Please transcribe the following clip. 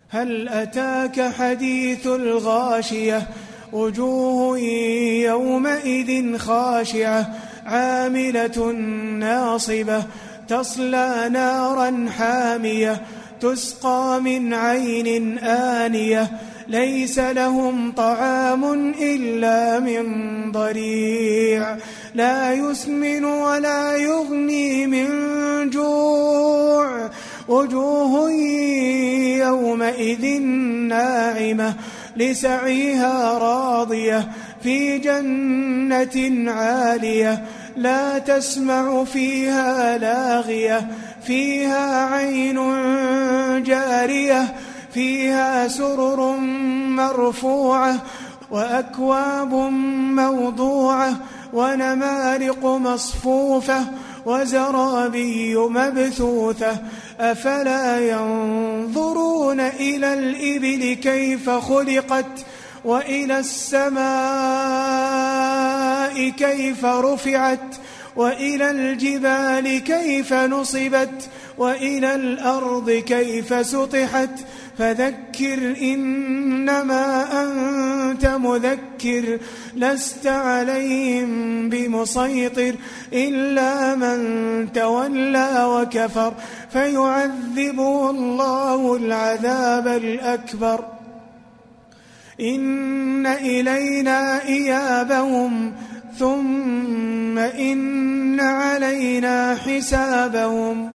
هل أتاك حديث الغاشية وجوه يومئذ خاشعة عاملة ناصبة تصلى نارا حامية تسقى من عين آنية ليس لهم طعام إلا من ضريع لا يسمن ولا يغني من جوع وجوه يومئذ ناعمة لسعيها راضية في جنة عالية لا تسمع فيها لاغية فيها عين جارية فيها سرر مرفوعة وأكواب موضوعة ونمارق مصفوفة وزرابي مبثوثة أفلا ينظرون إلى الإبل كيف خلقت وإلى السماء كيف رفعت وإلى الجبال كيف نصبت وإلى الأرض كيف سطحت فذكر إنما أنت مذكر لست عليهم بمسيطر إلا من تولى وكفر فيعذبه الله العذاب الأكبر إن إلينا إيابهم ثم إن علينا حسابهم.